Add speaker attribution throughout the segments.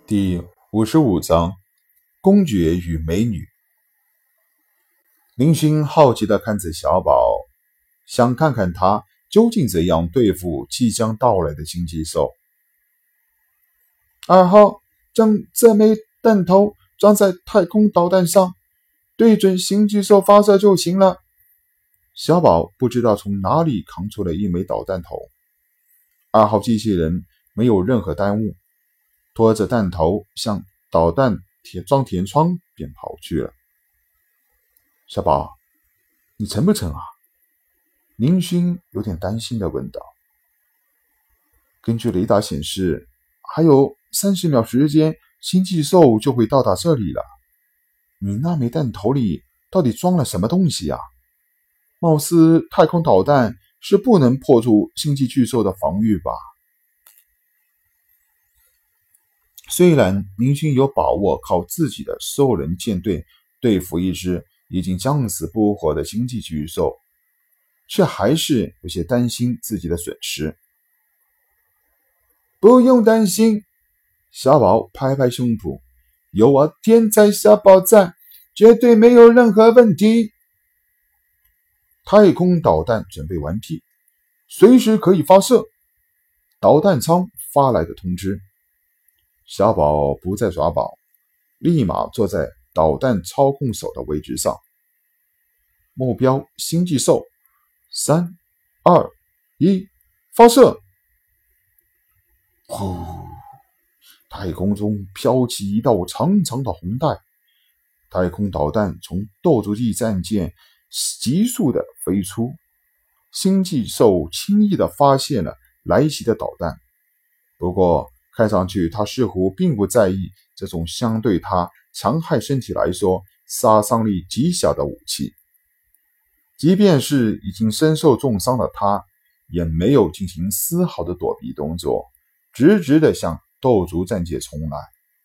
Speaker 1: 第55章公爵与美女。林勋好奇地看着小宝，想看看他究竟怎样对付即将到来的星际兽。
Speaker 2: 2号，将这枚弹头装在太空导弹上，对准星际兽发射就行了。
Speaker 1: 小宝不知道从哪里扛出了一枚导弹头。2号机器人没有任何耽误，拖着弹头向导弹装填窗便跑去了。小宝，你成不成啊？林勋有点担心地问道。根据雷达显示，还有30秒时间，星际兽就会到达这里了。你那枚弹头里到底装了什么东西啊？貌似太空导弹是不能破除星际巨兽的防御吧？虽然林勋有把握靠自己的兽人舰队对付一只已经将死不活的星际巨兽，却还是有些担心自己的损失。
Speaker 2: 不用担心，小宝拍拍胸脯，有我天才小宝在，绝对没有任何问题。
Speaker 1: 太空导弹准备完毕，随时可以发射。导弹舱发来的通知。小宝不再耍宝，立马坐在导弹操控手的位置上。目标星际兽，3、2、1，发射！呼！太空中飘起一道长长的红带，太空导弹从斗族际战舰急速的飞出。星际兽轻易的发现了来袭的导弹，不过看上去他似乎并不在意这种相对他强悍身体来说杀伤力极小的武器。即便是已经身受重伤的他，也没有进行丝毫的躲避动作，直直的向斗族战舰冲来。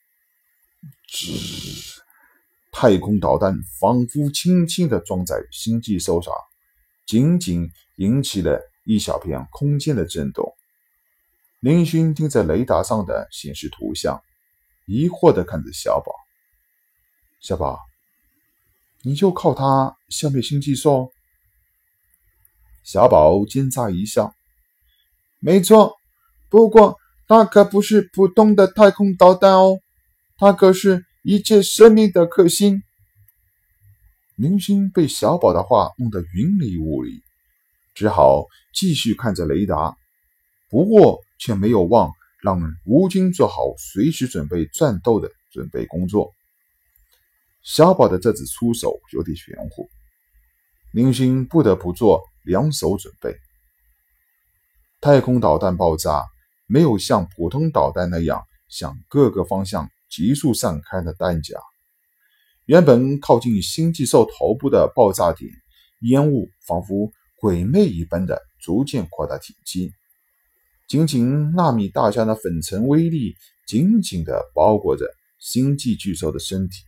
Speaker 1: 太空导弹仿佛轻轻地装在星际兽上，仅仅引起了一小片空间的震动。林勋盯着雷达上的显示图像，疑惑地看着小宝。小宝，你就靠它消灭星际兽？小宝奸诈一笑。
Speaker 2: 没错，不过它可不是普通的太空导弹哦，它可是一切生命的克星。
Speaker 1: 林勋被小宝的话弄得云里雾里，只好继续看着雷达，不过却没有忘让吴军做好随时准备战斗的准备工作。小宝的这次出手有点玄乎，林勋不得不做2手准备。太空导弹爆炸没有像普通导弹那样向各个方向急速散开的弹夹，原本靠近星际兽头部的爆炸点，烟雾仿佛鬼魅一般的逐渐扩大体积，仅仅纳米大小的粉尘微粒紧紧地包裹着星际巨兽的身体。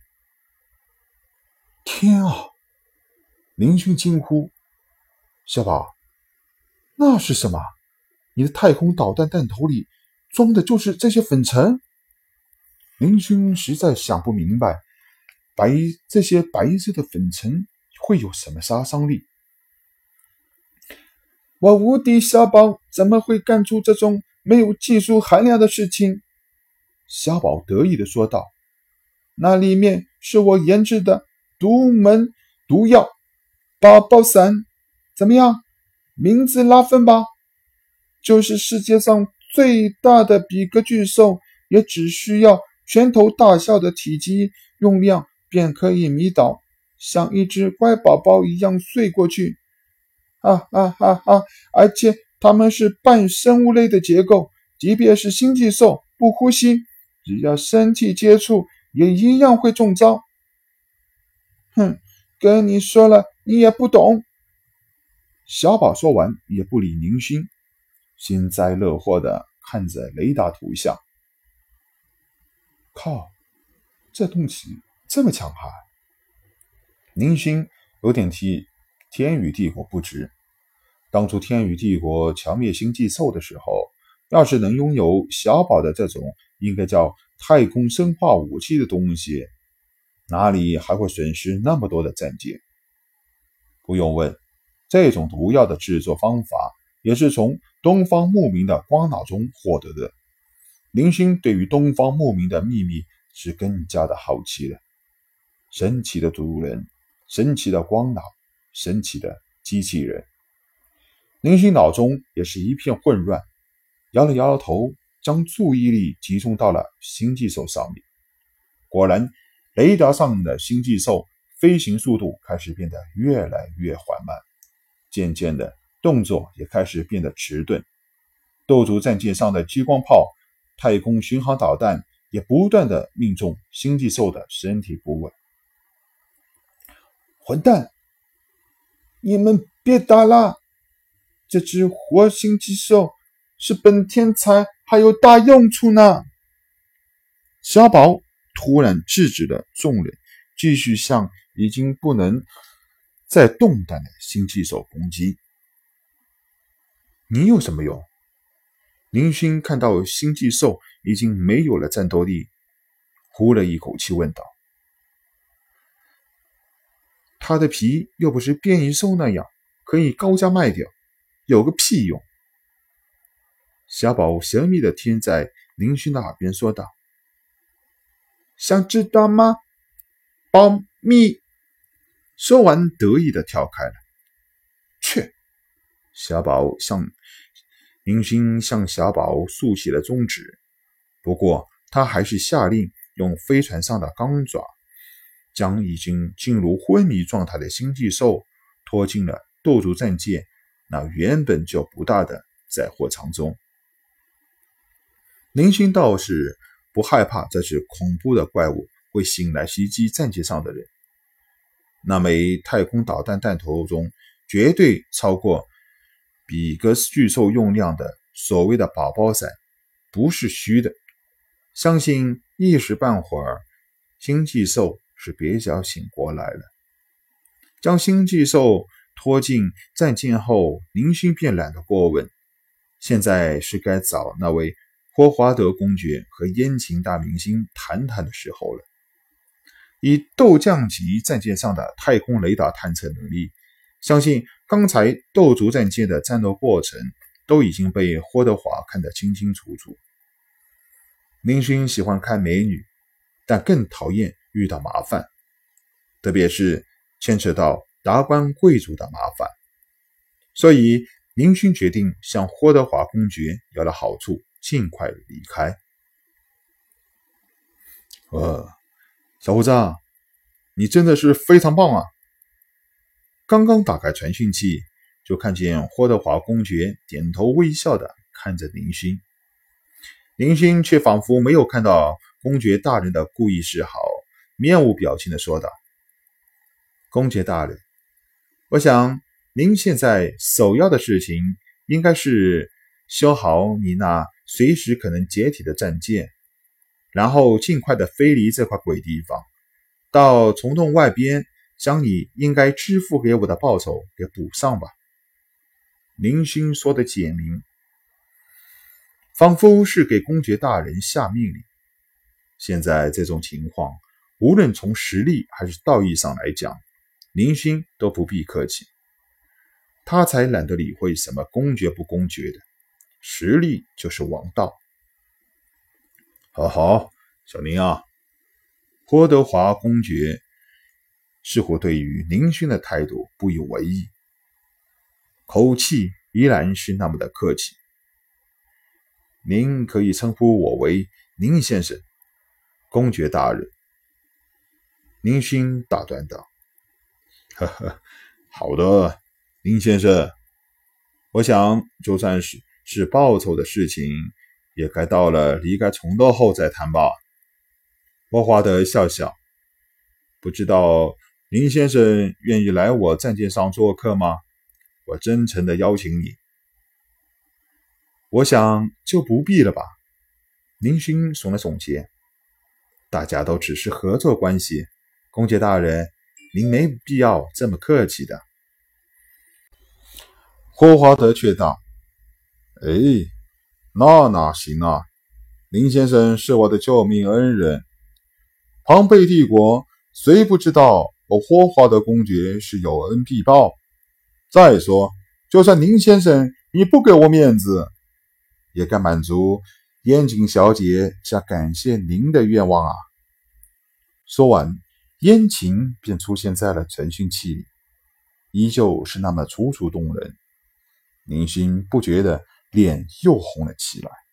Speaker 1: 天啊！林勋惊呼。小宝，那是什么？你的太空导弹弹头里装的就是这些粉尘？林勋实在想不明白，这些白色的粉尘会有什么杀伤力？
Speaker 2: 我无敌小宝怎么会干出这种没有技术含量的事情？
Speaker 1: 小宝得意地说道。
Speaker 2: 那里面是我研制的独门毒药宝宝伞，怎么样？名字拉分吧。就是世界上最大的比格巨兽，也只需要拳头大小的体积用量便可以迷倒，像一只乖宝宝一样睡过去。而且它们是半生物类的结构，即便是星际兽不呼吸，只要身体接触也一样会中招。哼，跟你说了你也不懂。
Speaker 1: 小宝说完也不理林勋，幸灾乐祸地看着雷达图像。靠，这东西这么强悍！林勋有点替天宇帝国不值。当初天宇帝国剿灭星际兽的时候， 要是能拥有小宝的这种应该叫太空生化武器的东西，哪里还会损失那么多的战舰？不用问，这种毒药的制作方法也是从东方牧民的光脑中获得的。林勋对于东方牧民的秘密是更加的好奇了。神奇的毒人，神奇的光脑，神奇的机器人。林勋脑中也是一片混乱，摇了摇头，将注意力集中到了星际兽上面。果然，雷达上的星际兽飞行速度开始变得越来越缓慢，渐渐的动作也开始变得迟钝。斗族战舰上的激光炮、太空巡航导弹也不断的命中星际兽的身体部位。
Speaker 2: 混蛋！你们别打了！这只活星际兽是本天才还有大用处呢！
Speaker 1: 小宝突然制止了众人继续向已经不能再动弹的星际兽攻击。你有什么用？林勋看到星际兽已经没有了战斗力，呼了一口气问道：他的皮又不是变异兽那样可以高价卖掉，有个屁用！小宝神秘地贴在林勋的耳边说道：
Speaker 2: 想知道吗？保密！
Speaker 1: 说完得意地跳开了。去！小宝向林勋向小宝竖起了中指，不过他还是下令用飞船上的钢爪将已经进入昏迷状态的星际兽拖进了斗族战舰那原本就不大的载货舱中。林勋倒是不害怕这只恐怖的怪物会醒来袭击战舰上的人，那枚太空导弹弹头中绝对超过比格巨兽用量的所谓的宝宝伞不是虚的，相信一时半会儿星际兽是别想醒过来了。将星际兽拖进战舰后，林勋便懒得过问，现在是该找那位霍华德公爵和烟琴大明星谈谈的时候了。以斗将级战舰上的太空雷达探测能力，相信刚才斗族战舰的战斗过程都已经被霍德华看得清清楚楚。林勋喜欢看美女，但更讨厌遇到麻烦，特别是牵扯到达官贵族的麻烦，所以林勋决定向霍德华公爵要了好处，尽快离开。小胡子，你真的是非常棒啊！刚刚打开传讯器，就看见霍德华公爵点头微笑的看着林勋，林勋却仿佛没有看到公爵大人的故意示好，面无表情的说道：公爵大人，我想您现在首要的事情应该是修好你那随时可能解体的战舰，然后尽快的飞离这块鬼地方，到虫洞外边将你应该支付给我的报酬给补上吧。林勋说的简明，仿佛是给公爵大人下命令。现在这种情况，无论从实力还是道义上来讲，林勋都不必客气，他才懒得理会什么公爵不公爵的，实力就是王道。好，小林啊，霍德华公爵似乎对于林勋的态度不以为意，口气依然是那么的客气。您可以称呼我为林先生，公爵大人。林勋打断道：呵呵，好的，林先生，我想就算是报酬的事情，也该到了离开虫洞后再谈吧。霍华德笑笑，不知道林先生愿意来我战舰上做客吗？我真诚的邀请你。我想就不必了吧。林勋耸了耸肩，大家都只是合作关系，公爵大人，您没必要这么客气的。霍华德却道： 那哪行啊，林先生是我的救命恩人，庞贝帝国谁不知道我霍华德公爵是有恩必报？再说，就算林先生你不给我面子，也该满足燕景小姐加感谢您的愿望啊！说完，燕晴便出现在了传讯器里，依旧是那么楚楚动人。宁勋不觉得脸又红了起来。